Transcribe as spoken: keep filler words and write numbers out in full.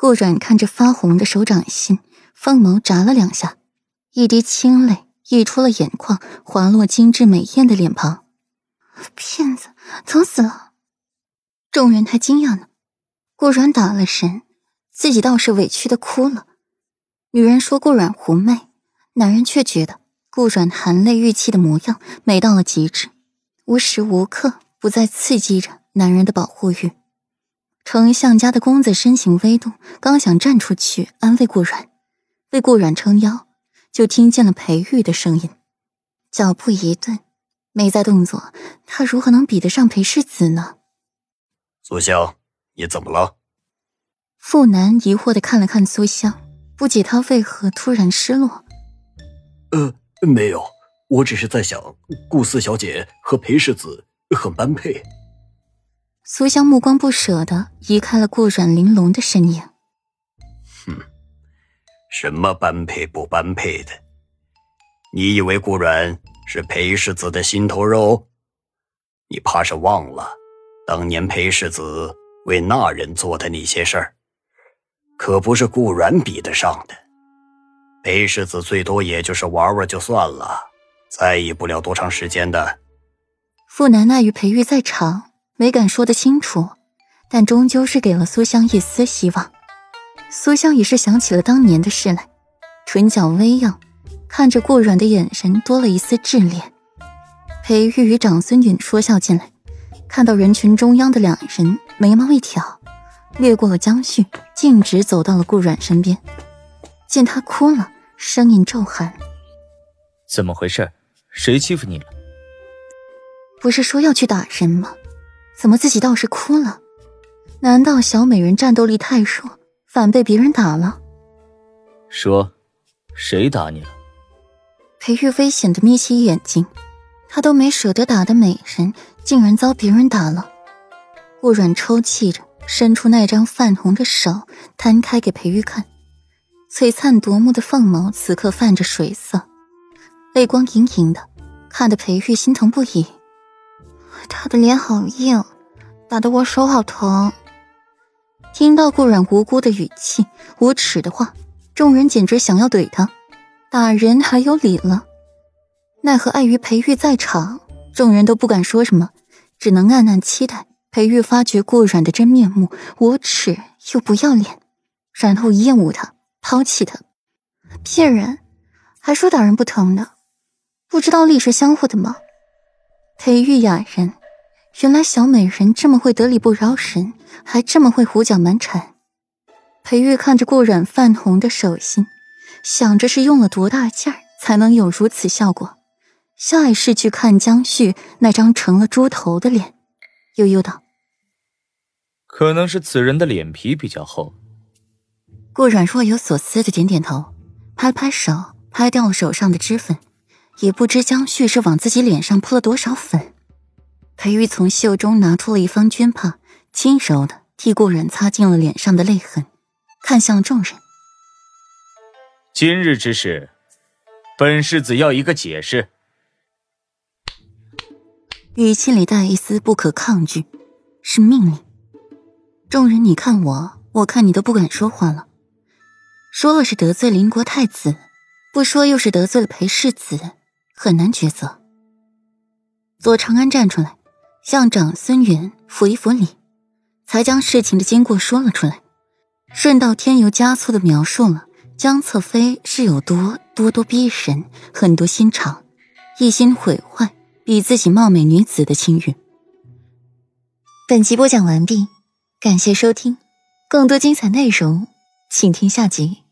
顾阮看着发红的手掌心，凤眸眨了两下，一滴清泪溢出了眼眶，滑落精致美艳的脸庞。骗子，疼死了！众人还惊讶呢，顾阮打了神，自己倒是委屈的哭了。女人说顾阮狐媚，男人却觉得顾阮含泪欲泣的模样美到了极致，无时无刻不在刺激着男人的保护欲。丞相家的公子身形微动，刚想站出去安慰顾阮，为顾阮撑腰，就听见了裴玉的声音。脚步一顿，没在动作，他如何能比得上裴世子呢？ 苏香，你怎么了？ 傅南疑惑地看了看苏香，不解他为何突然失落。 呃，没有，我只是在想，顾四小姐和裴世子很般配。 苏香目光不舍地移开了顾阮玲珑的身影。 哼，什么般配不般配的？你以为顾阮是裴世子的心头肉？你怕是忘了当年裴世子为那人做的那些事儿，可不是顾阮比得上的。裴世子最多也就是玩玩就算了，在意不了多长时间的。 傅南碍于裴玉在场，没敢说得清楚，但终究是给了苏香一丝希望。苏香也是想起了当年的事来，唇角微漾，看着顾阮的眼神多了一丝炽烈。裴玉与长孙允说笑进来，看到人群中央的两人，眉毛一挑，掠过了江旭，径直走到了顾阮身边。见他哭了，声音骤寒： 怎么回事？谁欺负你了？ 不是说要去打人吗？怎么自己倒是哭了？难道小美人战斗力太弱，反被别人打了？ 说，谁打你了？ 裴玉危险地眯起眼睛，他都没舍得打的美人，竟然遭别人打了。顾阮抽泣着，伸出那张泛红的手，摊开给裴玉看。璀璨夺目的凤眸此刻泛着水色，泪光盈盈的，看得裴玉心疼不已。他的脸好硬，打得我手好疼。听到顾阮无辜的语气，无耻的话，众人简直想要怼他，打人还有理了。奈何碍于裴玉在场，众人都不敢说什么，只能暗暗期待裴玉发觉顾阮的真面目，无耻又不要脸，然后厌恶他，抛弃他。骗人，还说打人不疼的，不知道力是相互的吗？裴玉哑然，原来小美人这么会得理不饶人，还这么会胡搅蛮缠。裴玉看着顾阮泛红的手心，想着是用了多大劲儿才能有如此效果，下意识去看江旭那张成了猪头的脸，悠悠道： 可能是此人的脸皮比较厚。 顾阮若有所思的点点头，拍拍手，拍掉了手上的脂粉，也不知江旭是往自己脸上扑了多少粉。裴玉从袖中拿出了一方绢帕，轻柔地替顾阮擦净了脸上的泪痕，看向众人： 今日之事，本世子要一个解释。 语气里带一丝不可抗拒，是命令。众人你看我，我看你都不敢说话了。说了是得罪邻国太子，不说又是得罪了裴世子，很难抉择。左长安站出来，向长孙远扶一扶礼，才将事情的经过说了出来，顺道添油加醋地描述了江侧妃是有多咄咄逼人，狠毒心肠，一心毁坏比自己貌美女子的清誉。本集播讲完毕，感谢收听，更多精彩内容请听下集。